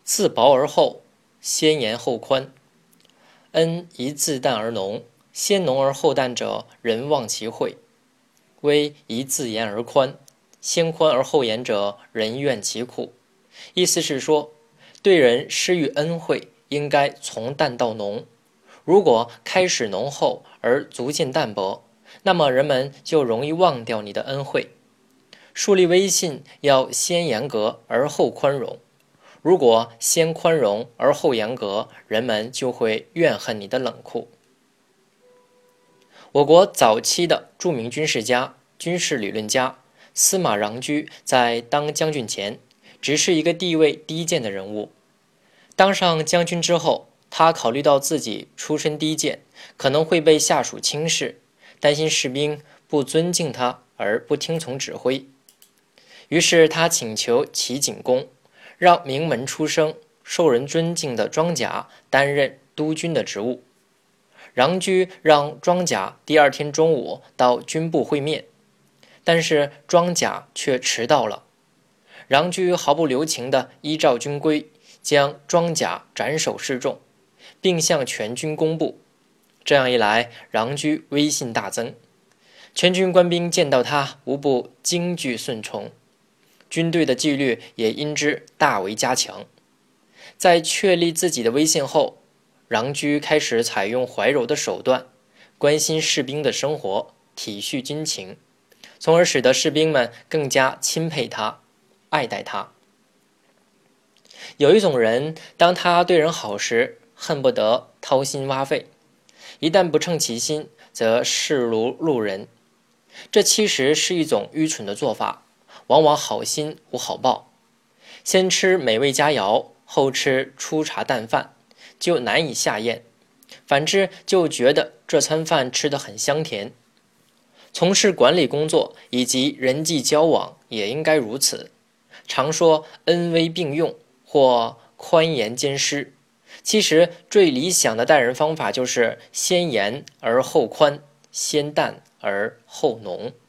自薄而厚，先严后宽。恩宜自淡而浓，先浓而后淡者，人忘其惠。威宜自严而宽，先宽而后严者，人怨其苦。意思是说，对人施予恩惠，应该从淡到浓。如果开始浓厚而逐渐淡薄，那么人们就容易忘掉你的恩惠。树立威信要先严格而后宽容，如果先宽容而后严格，人们就会怨恨你的冷酷。我国早期的著名军事家、军事理论家司马穰苴在当将军前，只是一个地位低贱的人物。当上将军之后，他考虑到自己出身低贱，可能会被下属轻视，担心士兵不尊敬他而不听从指挥。于是他请求齐景公，让名门出身、受人尊敬的庄贾担任督军的职务。穰苴让庄贾第二天中午到军部会面，但是庄贾却迟到了。穰苴毫不留情地依照军规，将庄贾斩首示众，并向全军公布。这样一来，穰苴威信大增，全军官兵见到他无不惊惧顺从，军队的纪律也因之大为加强。在确立自己的威信后，穰苴开始采用怀柔的手段，关心士兵的生活，体恤军情，从而使得士兵们更加钦佩他，爱戴他。有一种人，当他对人好时，恨不得掏心挖肺，一旦不称其心，则视如路人。这其实是一种愚蠢的做法，往往好心无好报。先吃美味佳肴，后吃粗茶淡饭，就难以下咽，反之就觉得这餐饭吃得很香甜。从事管理工作以及人际交往也应该如此，常说恩威并用或宽严兼施。其实最理想的待人方法就是先严而后宽，先淡而后浓。